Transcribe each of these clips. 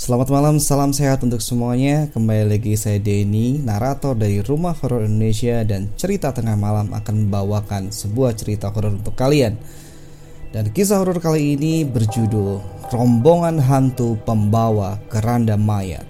Selamat malam, salam sehat untuk semuanya. Kembali lagi saya Denny, narator dari Rumah Horor Indonesia, dan cerita tengah malam akan membawakan sebuah cerita horor untuk kalian. Dan kisah horor kali ini berjudul Rombongan Hantu Pembawa Keranda Mayat.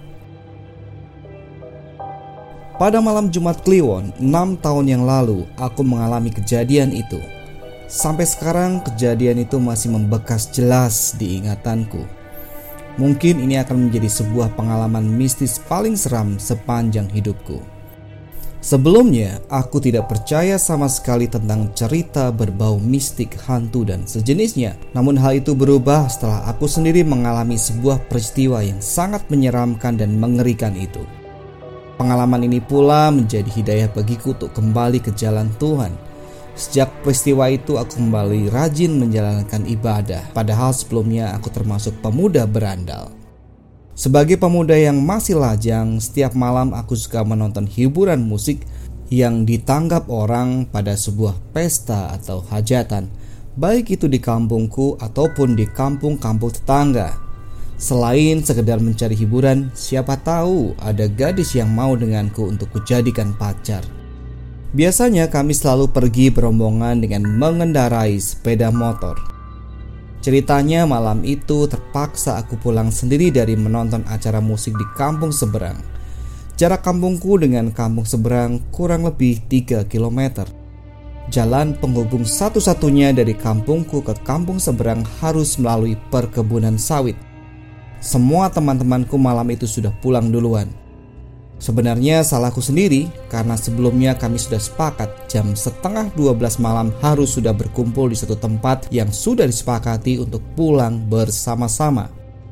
Pada malam Jumat Kliwon 6 tahun yang lalu, aku mengalami kejadian itu. Sampai sekarang kejadian itu masih membekas jelas di ingatanku. Mungkin ini akan menjadi sebuah pengalaman mistis paling seram sepanjang hidupku. Sebelumnya, aku tidak percaya sama sekali tentang cerita berbau mistik, hantu, dan sejenisnya. Namun hal itu berubah setelah aku sendiri mengalami sebuah peristiwa yang sangat menyeramkan dan mengerikan itu. Pengalaman ini pula menjadi hidayah bagiku untuk kembali ke jalan Tuhan. Sejak peristiwa itu aku kembali rajin menjalankan ibadah, padahal sebelumnya aku termasuk pemuda berandal. Sebagai pemuda yang masih lajang, setiap malam aku suka menonton hiburan musik yang ditanggap orang pada sebuah pesta atau hajatan, baik itu di kampungku ataupun di kampung-kampung tetangga. Selain sekedar mencari hiburan, siapa tahu ada gadis yang mau denganku untuk kujadikan pacar. Biasanya kami selalu pergi berombongan dengan mengendarai sepeda motor. Ceritanya malam itu terpaksa aku pulang sendiri dari menonton acara musik di kampung seberang. Jarak kampungku dengan kampung seberang kurang lebih 3 km. Jalan penghubung satu-satunya dari kampungku ke kampung seberang harus melalui perkebunan sawit. Semua teman-temanku malam itu sudah pulang duluan. Sebenarnya salahku sendiri, karena sebelumnya kami sudah sepakat jam 11:30 malam harus sudah berkumpul di satu tempat yang sudah disepakati untuk pulang bersama-sama.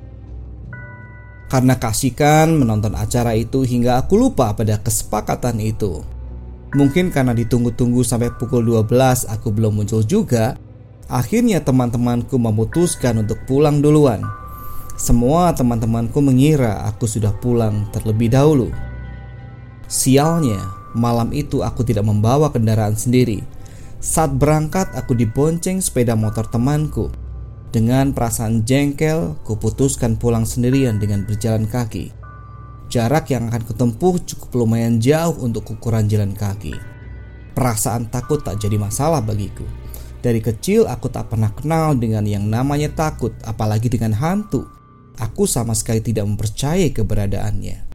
Karena keasikan menonton acara itu hingga aku lupa pada kesepakatan itu. Mungkin karena ditunggu-tunggu sampai pukul 12 aku belum muncul juga, akhirnya teman-temanku memutuskan untuk pulang duluan. Semua teman-temanku mengira aku sudah pulang terlebih dahulu. Sialnya, malam itu aku tidak membawa kendaraan sendiri. Saat berangkat, aku dibonceng sepeda motor temanku. Dengan perasaan jengkel, kuputuskan pulang sendirian dengan berjalan kaki. Jarak yang akan kutempuh cukup lumayan jauh untuk ukuran jalan kaki. Perasaan takut tak jadi masalah bagiku. Dari kecil aku tak pernah kenal dengan yang namanya takut, apalagi dengan hantu. Aku sama sekali tidak mempercayai keberadaannya.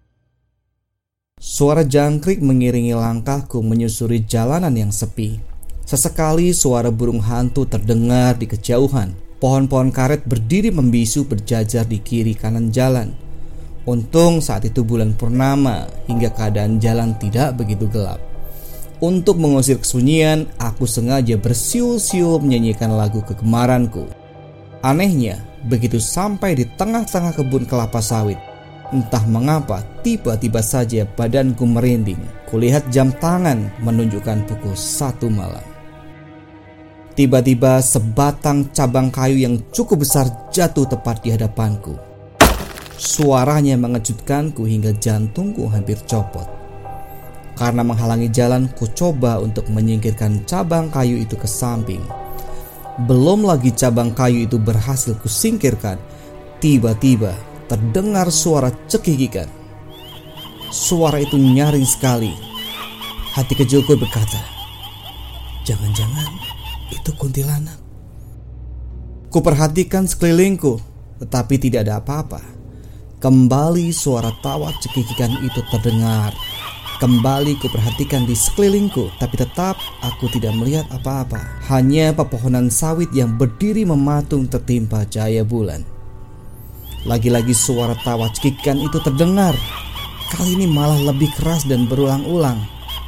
Suara jangkrik mengiringi langkahku menyusuri jalanan yang sepi. Sesekali suara burung hantu terdengar di kejauhan. Pohon-pohon karet berdiri membisu berjajar di kiri kanan jalan. Untung saat itu bulan purnama hingga keadaan jalan tidak begitu gelap. Untuk mengusir kesunyian, aku sengaja bersiul-siul menyanyikan lagu kegemaranku. Anehnya, begitu sampai di tengah-tengah kebun kelapa sawit, entah mengapa tiba-tiba saja badanku merinding. Kulihat jam tangan menunjukkan pukul 1 malam. Tiba-tiba sebatang cabang kayu yang cukup besar jatuh tepat di hadapanku. Suaranya mengejutkanku hingga jantungku hampir copot. Karena menghalangi jalan, ku coba untuk menyingkirkan cabang kayu itu ke samping. Belum lagi cabang kayu itu berhasil kusingkirkan, tiba-tiba terdengar suara cekikikan. Suara itu nyaring sekali. Hati kecilku berkata, jangan-jangan itu kuntilanak. Kuperhatikan sekelilingku, tetapi tidak ada apa-apa. Kembali suara tawa cekikikan itu terdengar. Kembali kuperhatikan di sekelilingku, tapi tetap aku tidak melihat apa-apa. Hanya pepohonan sawit yang berdiri mematung tertimpa cahaya bulan. Lagi-lagi suara tawa cekikikan itu terdengar. Kali ini malah lebih keras dan berulang-ulang.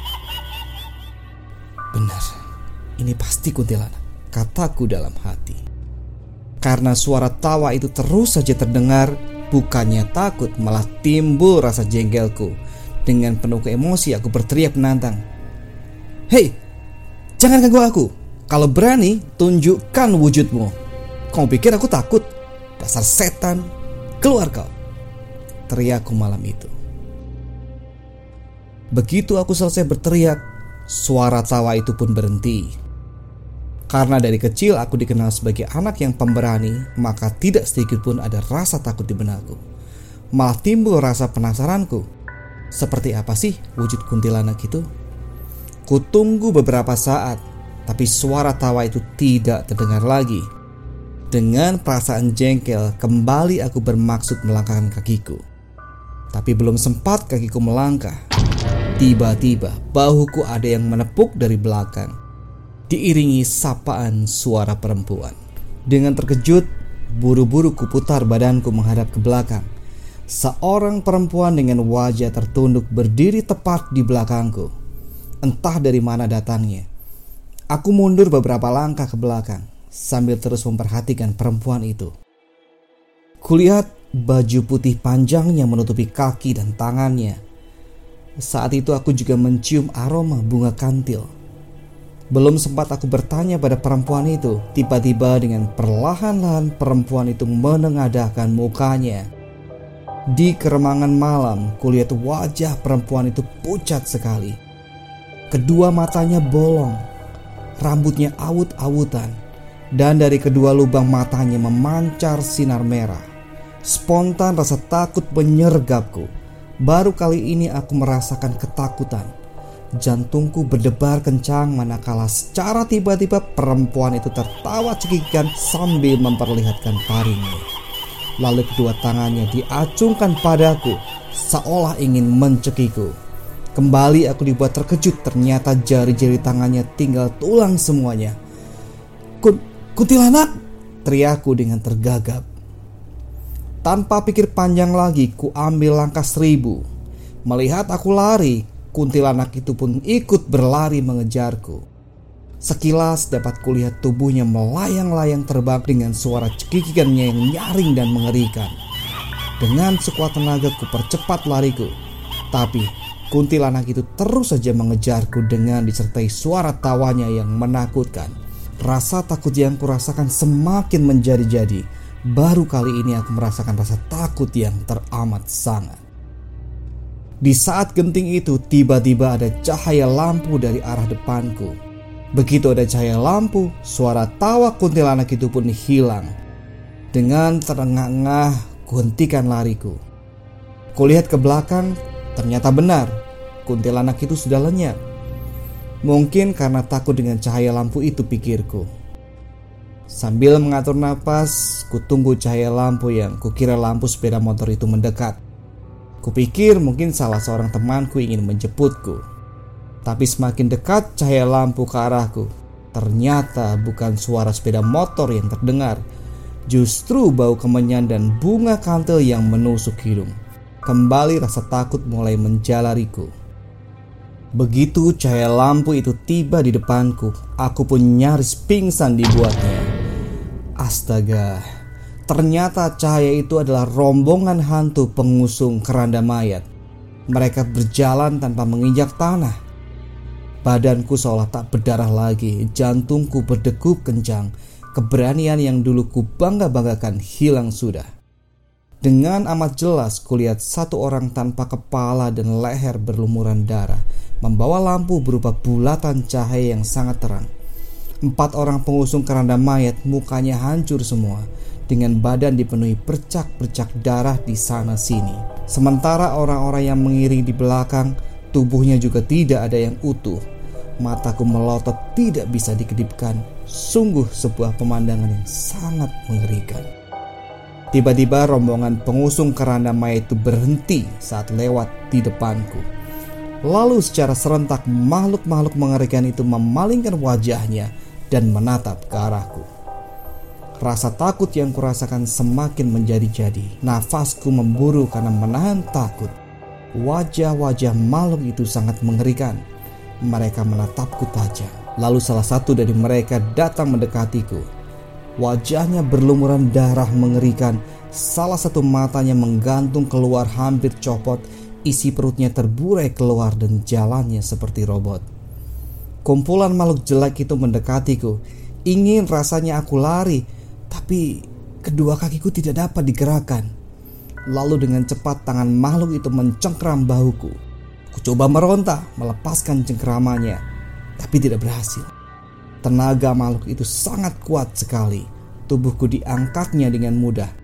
Benar, ini pasti kuntilanak, kataku dalam hati. Karena suara tawa itu terus saja terdengar, bukannya takut malah timbul rasa jengkelku. Dengan penuh emosi aku berteriak menantang. Hei, jangan ganggu aku. Kalau berani, tunjukkan wujudmu. Kamu pikir aku takut? Dasar setan. Keluar kau, teriakku malam itu. Begitu aku selesai berteriak, suara tawa itu pun berhenti. Karena dari kecil aku dikenal sebagai anak yang pemberani, maka tidak sedikit pun ada rasa takut di benakku. malah timbul rasa penasaranku. Seperti apa sih wujud kuntilanak itu? Kutunggu beberapa saat, tapi suara tawa itu tidak terdengar lagi. Dengan perasaan jengkel, kembali aku bermaksud melangkahkan kakiku. Tapi belum sempat kakiku melangkah, tiba-tiba bahuku ada yang menepuk dari belakang, diiringi sapaan suara perempuan. Dengan terkejut, buru-buru kuputar badanku menghadap ke belakang. Seorang perempuan dengan wajah tertunduk berdiri tepat di belakangku. Entah dari mana datangnya. Aku mundur beberapa langkah ke belakang sambil terus memperhatikan perempuan itu. Kulihat baju putih panjangnya menutupi kaki dan tangannya. Saat itu aku juga mencium aroma bunga kantil. Belum sempat aku bertanya pada perempuan itu, tiba-tiba dengan perlahan-lahan perempuan itu menengadahkan mukanya. Di keremangan malam, kulihat wajah perempuan itu pucat sekali. Kedua matanya bolong, rambutnya awut-awutan, dan dari kedua lubang matanya memancar sinar merah. Spontan rasa takut menyergapku. Baru kali ini aku merasakan ketakutan. Jantungku berdebar kencang manakala secara tiba-tiba perempuan itu tertawa cekikikan sambil memperlihatkan taringnya. Lalu kedua tangannya diacungkan padaku seolah ingin mencekiku. Kembali aku dibuat terkejut, ternyata jari-jari tangannya tinggal tulang semuanya. Kuntilanak! Teriakku dengan tergagap. Tanpa pikir panjang lagi, ku ambil langkah 1000. Melihat aku lari, kuntilanak itu pun ikut berlari mengejarku. Sekilas dapat kulihat tubuhnya melayang-layang terbang dengan suara cekikikannya yang nyaring dan mengerikan. Dengan sekuat tenaga ku percepat lariku. Tapi kuntilanak itu terus saja mengejarku dengan disertai suara tawanya yang menakutkan. Rasa takut yang kurasakan semakin menjadi-jadi. Baru kali ini aku merasakan rasa takut yang teramat sangat. Di saat genting itu tiba-tiba ada cahaya lampu dari arah depanku. Begitu ada cahaya lampu, suara tawa kuntilanak itu pun hilang. Dengan terengah-engah kuhentikan lariku. Kulihat ke belakang, ternyata benar, kuntilanak itu sudah lenyap. Mungkin karena takut dengan cahaya lampu itu, pikirku. Sambil mengatur napas, kutunggu cahaya lampu yang kukira lampu sepeda motor itu mendekat. Kupikir mungkin salah seorang temanku ingin menjemputku. Tapi semakin dekat cahaya lampu ke arahku, ternyata bukan suara sepeda motor yang terdengar, justru bau kemenyan dan bunga kantil yang menusuk hidung. Kembali rasa takut mulai menjalariku. Begitu cahaya lampu itu tiba di depanku, aku pun nyaris pingsan dibuatnya. Astaga, ternyata cahaya itu adalah rombongan hantu pengusung keranda mayat. Mereka berjalan tanpa menginjak tanah. Badanku seolah tak berdarah lagi, jantungku berdegup kencang, keberanian yang dulu ku bangga-banggakan hilang sudah. Dengan amat jelas kulihat satu orang tanpa kepala dan leher berlumuran darah, membawa lampu berupa bulatan cahaya yang sangat terang. 4 orang pengusung keranda mayat mukanya hancur semua, dengan badan dipenuhi bercak-bercak darah di sana sini. Sementara orang-orang yang mengiring di belakang, tubuhnya juga tidak ada yang utuh. Mataku melotot tidak bisa dikedipkan. Sungguh sebuah pemandangan yang sangat mengerikan. Tiba-tiba rombongan pengusung keranda mayat itu berhenti saat lewat di depanku. Lalu secara serentak makhluk-makhluk mengerikan itu memalingkan wajahnya dan menatap ke arahku. Rasa takut yang kurasakan semakin menjadi-jadi. Nafasku memburu karena menahan takut. Wajah-wajah makhluk itu sangat mengerikan. Mereka menatapku tajam. Lalu salah satu dari mereka datang mendekatiku. Wajahnya berlumuran darah mengerikan. Salah satu matanya menggantung keluar hampir copot. Isi perutnya terburai keluar dan jalannya seperti robot. Kumpulan makhluk jelek itu mendekatiku. Ingin rasanya aku lari, tapi kedua kakiku tidak dapat digerakkan. Lalu dengan cepat tangan makhluk itu mencengkram bahuku. Kucoba meronta melepaskan cengkeramannya, tapi tidak berhasil. Tenaga makhluk itu sangat kuat sekali. Tubuhku diangkatnya dengan mudah.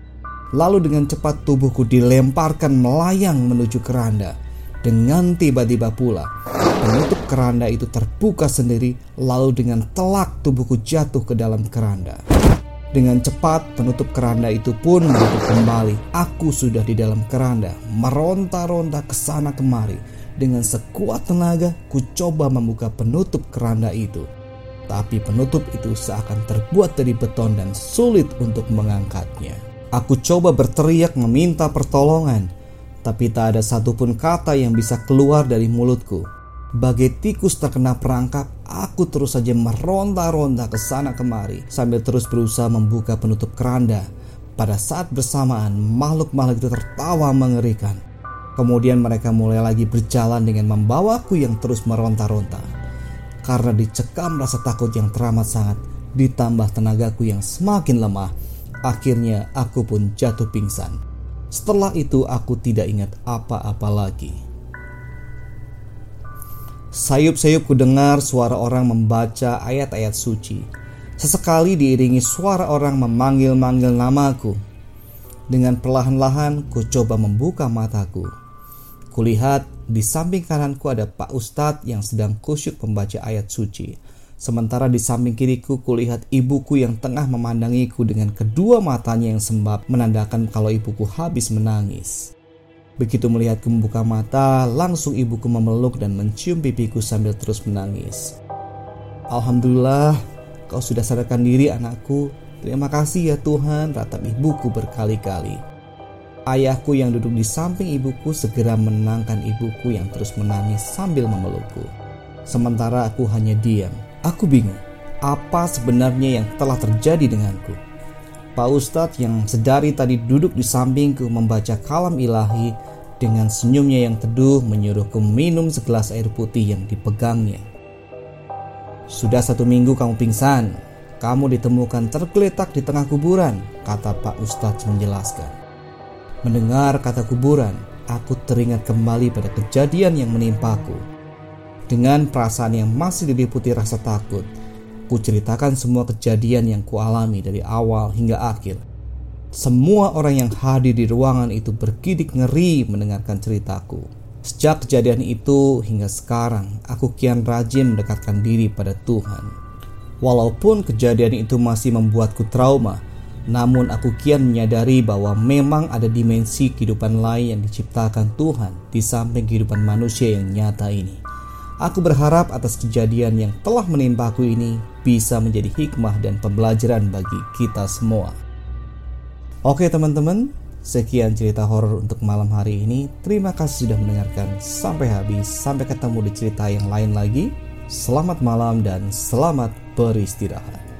Lalu dengan cepat tubuhku dilemparkan melayang menuju keranda. Dengan tiba-tiba pula penutup keranda itu terbuka sendiri, lalu dengan telak tubuhku jatuh ke dalam keranda. Dengan cepat penutup keranda itu pun menutup kembali. Aku sudah di dalam keranda, meronta-ronta ke sana kemari. Dengan sekuat tenaga ku coba membuka penutup keranda itu. Tapi penutup itu seakan terbuat dari beton dan sulit untuk mengangkatnya. Aku coba berteriak meminta pertolongan, tapi tak ada satupun kata yang bisa keluar dari mulutku. Bagai tikus terkena perangkap, aku terus saja meronta-ronta ke sana kemari sambil terus berusaha membuka penutup keranda. Pada saat bersamaan, makhluk-makhluk itu tertawa mengerikan. Kemudian mereka mulai lagi berjalan dengan membawaku yang terus meronta-ronta. Karena dicekam rasa takut yang teramat sangat, ditambah tenagaku yang semakin lemah, akhirnya aku pun jatuh pingsan. Setelah itu aku tidak ingat apa-apa lagi. Sayup-sayup ku dengar suara orang membaca ayat-ayat suci. Sesekali diiringi suara orang memanggil-manggil namaku. Dengan perlahan-lahan ku coba membuka mataku. Kulihat di samping kananku ada Pak Ustadz yang sedang kusyuk membaca ayat suci. Sementara di samping kiriku kulihat ibuku yang tengah memandangiku dengan kedua matanya yang sembab, menandakan kalau ibuku habis menangis. Begitu melihatku membuka mata, langsung ibuku memeluk dan mencium pipiku sambil terus menangis. "Alhamdulillah, kau sudah sadarkan diri anakku. Terima kasih ya Tuhan," ratap ibuku berkali-kali. Ayahku yang duduk di samping ibuku segera menenangkan ibuku yang terus menangis sambil memelukku. Sementara aku hanya diam. Aku bingung, apa sebenarnya yang telah terjadi denganku. Pak Ustadz yang sedari tadi duduk di sampingku membaca kalam ilahi dengan senyumnya yang teduh menyuruhku minum segelas air putih yang dipegangnya. "Sudah 1 minggu kamu pingsan. Kamu ditemukan tergeletak di tengah kuburan," kata Pak Ustadz menjelaskan. Mendengar kata kuburan, aku teringat kembali pada kejadian yang menimpaku. Dengan perasaan yang masih diliputi rasa takut, ku ceritakan semua kejadian yang kualami dari awal hingga akhir. Semua orang yang hadir di ruangan itu bergidik ngeri mendengarkan ceritaku. Sejak kejadian itu hingga sekarang, aku kian rajin mendekatkan diri pada Tuhan. Walaupun kejadian itu masih membuatku trauma, namun aku kian menyadari bahwa memang ada dimensi kehidupan lain yang diciptakan Tuhan di samping kehidupan manusia yang nyata ini. Aku berharap atas kejadian yang telah menimpaku ini bisa menjadi hikmah dan pembelajaran bagi kita semua. Oke teman-teman, sekian cerita horor untuk malam hari ini. Terima kasih sudah mendengarkan sampai habis. Sampai ketemu di cerita yang lain lagi. Selamat malam dan selamat beristirahat.